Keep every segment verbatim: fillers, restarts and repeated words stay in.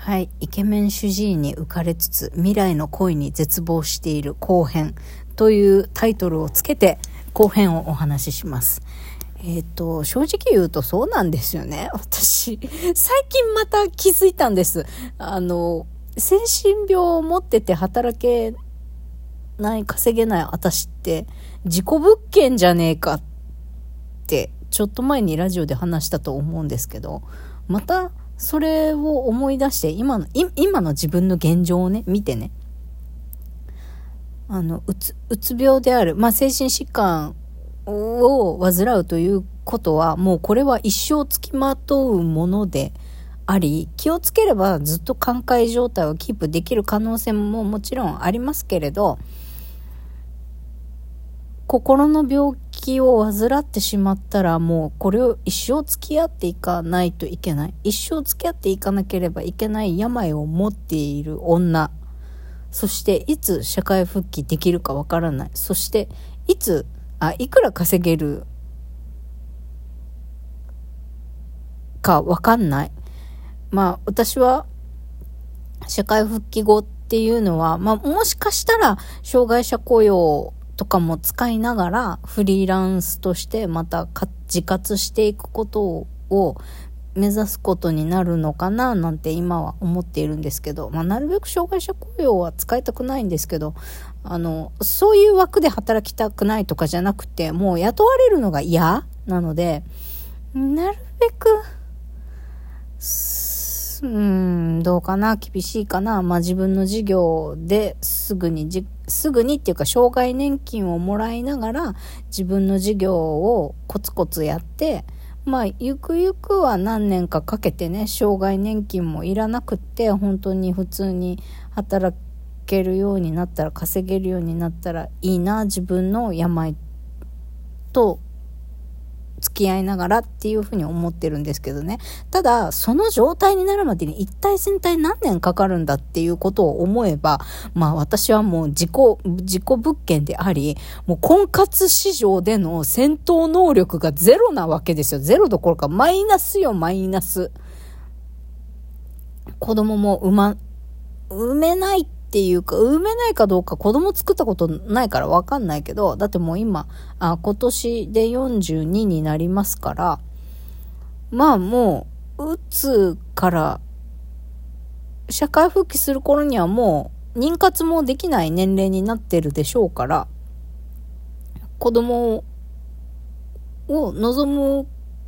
はい、イケメン主治医に浮かれつつ未来の恋に絶望している後編というタイトルをつけて後編をお話しします。えっと、正直言うとそうなんですよね。私、最近また気づいたんです。あの、精神病を持ってて働けない、稼げない私って自己物件じゃねえかってちょっと前にラジオで話したと思うんですけど、またそれを思い出して今の今の自分の現状をね見てね、あのうつうつ病である、まあ、精神疾患を患うということはもうこれは一生つきまとうものであり、気をつければずっと寛解状態をキープできる可能性ももちろんありますけれど、心の病気を患ってしまったらもうこれを一生付き合っていかないといけない、一生付き合っていかなければいけない病を持っている女、そしていつ社会復帰できるかわからない、そしていつあいくら稼げるかわかんない。まあ私は社会復帰後っていうのは、まあもしかしたら障害者雇用とかも使いながらフリーランスとしてまた自活していくことを目指すことになるのかななんて今は思っているんですけど、まあ、なるべく障害者雇用は使いたくないんですけど、あのそういう枠で働きたくないとかじゃなくて、もう雇われるのが嫌なので、なるべくうーんどうかな、厳しいかな、まあ自分の事業ですぐにじすぐにっていうか障害年金をもらいながら自分の事業をコツコツやって、まあゆくゆくは何年かかけてね、障害年金もいらなくって本当に普通に働けるようになったら、稼げるようになったらいいな、自分の病と付き合いながらっていうふうに思ってるんですけどね。ただその状態になるまでに一体全体何年かかるんだっていうことを思えば、まあ私はもう自己自己物件であり、もう婚活市場での戦闘能力がゼロなわけですよ。ゼロどころかマイナスよ、マイナス。子供も産ま産めないっていうか、産めないかどうか子供作ったことないから分かんないけど、だってもう今あ今年でよんじゅうにになりますから、まあもううつから社会復帰する頃にはもう妊活もできない年齢になってるでしょうから、子供を望む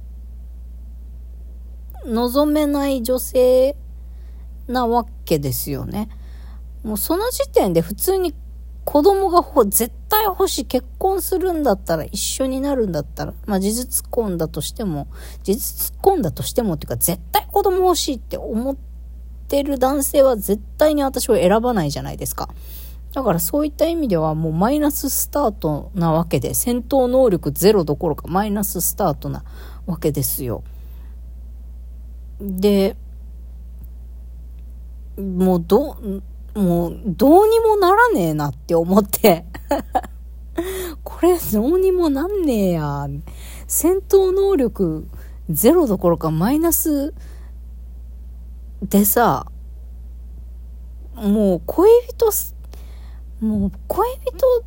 望めない女性なわけですよね。もうその時点で普通に子供が絶対欲しい、結婚するんだったら一緒になるんだったら、まあ事実婚だとしても事実婚だとしてもっていうか絶対子供欲しいって思ってる男性は絶対に私を選ばないじゃないですか。だからそういった意味ではもうマイナススタートなわけで、戦闘能力ゼロどころかマイナススタートなわけですよ。でもうどうもうどうにもならねえなって思ってこれどうにもなんねえや、戦闘能力ゼロどころかマイナスでさ、もう恋人もう恋人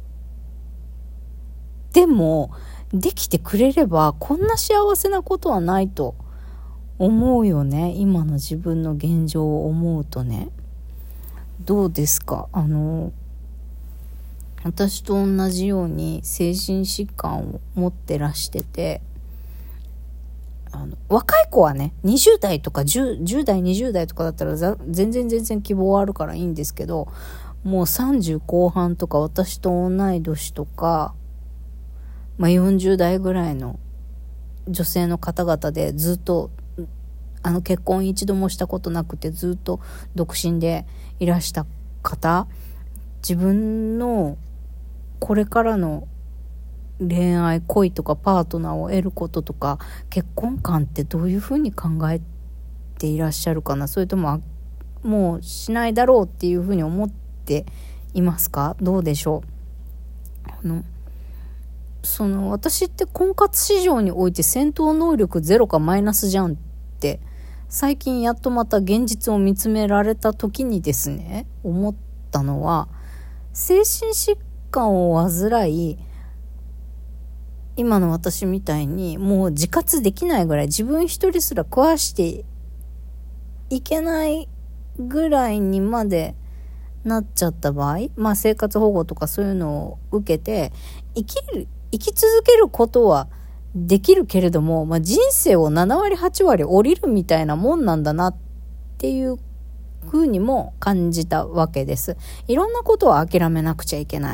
でもできてくれればこんな幸せなことはないと思うよね。今の自分の現状を思うとね。どうですか？あの私と同じように精神疾患を持ってらしてて、あの若い子はねにじゅう代とか 10, 10代にじゅう代とかだったら全然全然希望あるからいいんですけど、もうさんじゅう後半とか私と同い年とか、まあ、よんじゅう代ぐらいの女性の方々でずっとあの結婚一度もしたことなくてずっと独身でいらした方、自分のこれからの恋愛恋とかパートナーを得ることとか結婚観ってどういうふうに考えていらっしゃるかな、それとももうしないだろうっていうふうに思っていますか？どうでしょう。あのその私って婚活市場において戦闘能力ゼロかマイナスじゃんって最近やっとまた現実を見つめられた時にですね、思ったのは、精神疾患を患い、今の私みたいにもう自活できないぐらい、自分一人すら壊していけないぐらいにまでなっちゃった場合、まあ生活保護とかそういうのを受けて生きる生き続けることはできるけれども、まあ、人生をななわりはちわり降りるみたいなもんなんだなっていう風にも感じたわけです。いろんなことを諦めなくちゃいけない。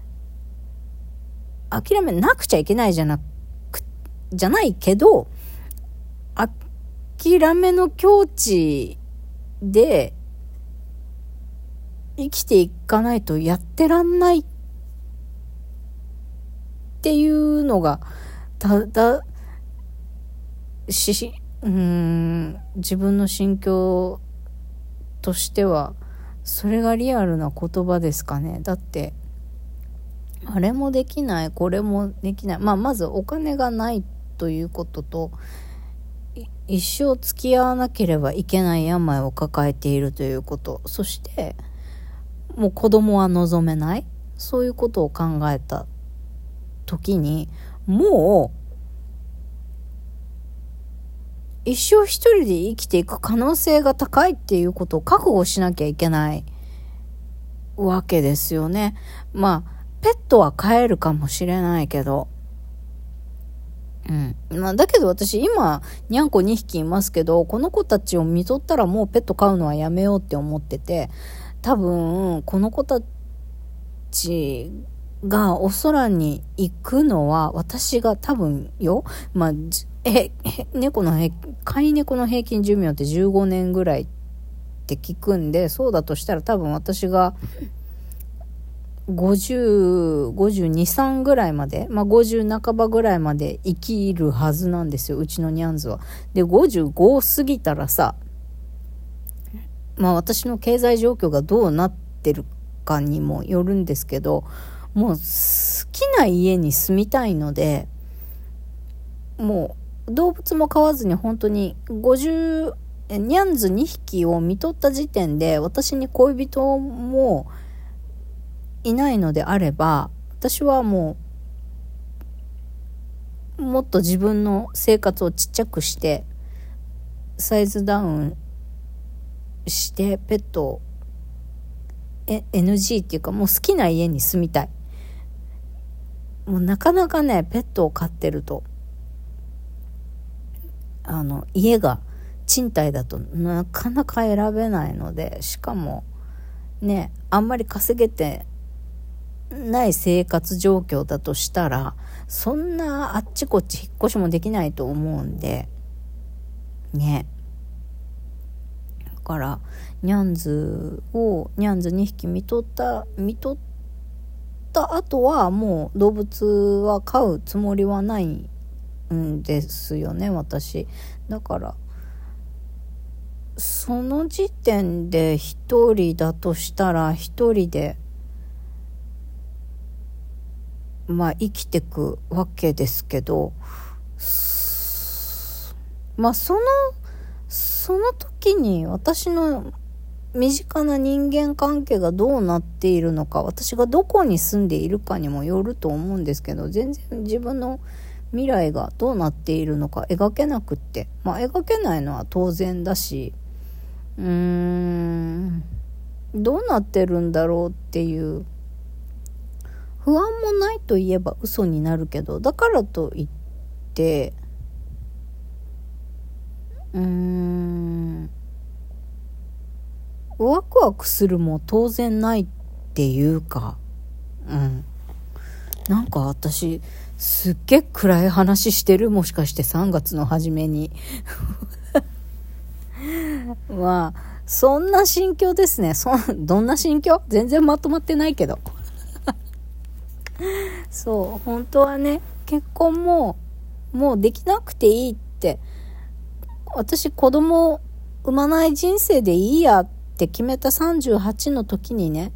諦めなくちゃいけないじゃなくじゃないけど、諦めの境地で生きていかないとやってらんないっていうのがただし、うーん自分の心境としてはそれがリアルな言葉ですかね。だってあれもできない、これもできない。まあまずお金がないということと、一生付き合わなければいけない病を抱えているということ、そしてもう子供は望めない、そういうことを考えた時に、もう一生一人で生きていく可能性が高いっていうことを覚悟しなきゃいけないわけですよね。まあペットは飼えるかもしれないけど、うんまあ、だけど私今にゃんこにひきいますけど、この子たちを見とったらもうペット飼うのはやめようって思ってて、多分この子たちがお空に行くのは私が多分よ、まあえ猫の飼い猫の平均寿命ってじゅうごねんぐらいって聞くんで、そうだとしたら多分私がごじゅう、ごじゅうに、さんぐらいまで、まあごじゅう半ばぐらいまで生きるはずなんですよ、うちのニャンズは。で、ごじゅうご過ぎたらさ、まあ私の経済状況がどうなってるかにもよるんですけど、もう好きな家に住みたいので、もう動物も飼わずに本当にごじゅう、ニャンズにひきを見とった時点で私に恋人もいないのであれば、私はもうもっと自分の生活をちっちゃくしてサイズダウンしてペットを エヌジー っていうか、もう好きな家に住みたい。もうなかなかね、ペットを飼ってるとあの家が賃貸だとなかなか選べないので、しかもね、あんまり稼げてない生活状況だとしたら、そんなあっちこっち引っ越しもできないと思うんでね。だからニャンズをニャンズにひき見とった見とった後はもう動物は飼うつもりはないんですよね、私。だからその時点で一人だとしたら一人でまあ生きてくわけですけど、まあそのその時に私の身近な人間関係がどうなっているのか、私がどこに住んでいるかにもよると思うんですけど、全然自分の未来がどうなっているのか描けなくって、まあ描けないのは当然だし、うーんどうなってるんだろうっていう不安もないと言えば嘘になるけど、だからといってうーんワクワクするも当然ないっていうか、うんなんか私すっげえ暗い話してる、もしかしてさんがつの初めにまあそんな心境ですね。そどんな心境？全然まとまってないけどそう本当はね、結婚ももうできなくていいって、私子供産まない人生でいいやって決めたさんじゅうはちの時にね、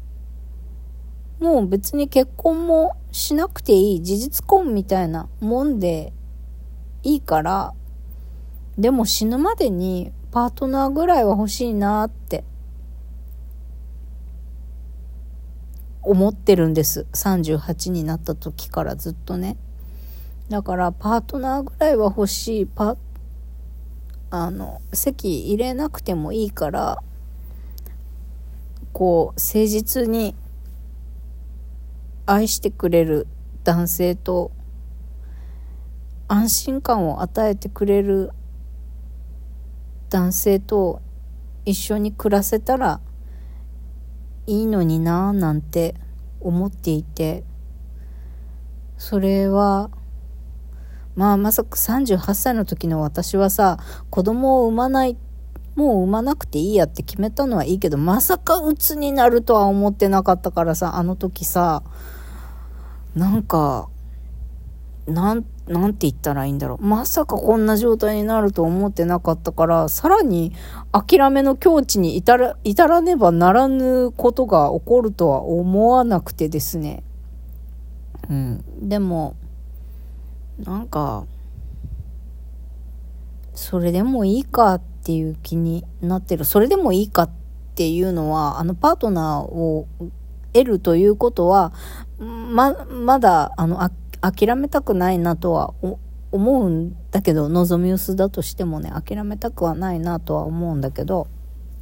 もう別に結婚もしなくていい、事実婚みたいなもんでいいから、 でも死ぬまでにパートナーぐらいは欲しいなって思ってるんです。さんじゅうはちになった時からずっとね。だからパートナーぐらいは欲しい。パあの籍入れなくてもいいから、こう誠実に愛してくれる男性と安心感を与えてくれる男性と一緒に暮らせたらいいのになぁなんて思っていて、それはまあまさかさんじゅうはっさいの時の私はさ、子供を産まないもう産まなくていいやって決めたのはいいけど、まさか鬱になるとは思ってなかったからさ、あの時さ、なんかなんなんて言ったらいいんだろう、まさかこんな状態になると思ってなかったから、さらに諦めの境地に至ら、至らねばならぬことが起こるとは思わなくてですね。うんでもなんかそれでもいいかっていう気になってる。それでもいいかっていうのは、あのパートナーを得るということはままだあのあ諦めたくないなとは思うんだけど、望み薄だとしてもね、諦めたくはないなとは思うんだけど、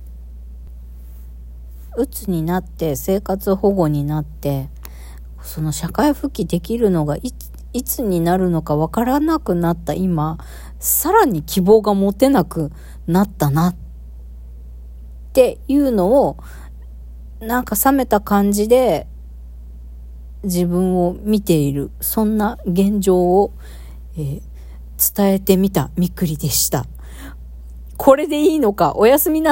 鬱になって生活保護になってその社会復帰できるのがいついつになるのかわからなくなった今、さらに希望が持てなくなったなっていうのを、なんか冷めた感じで自分を見ている、そんな現状を、えー、伝えてみたみくりでした。これでいいのか。おやすみな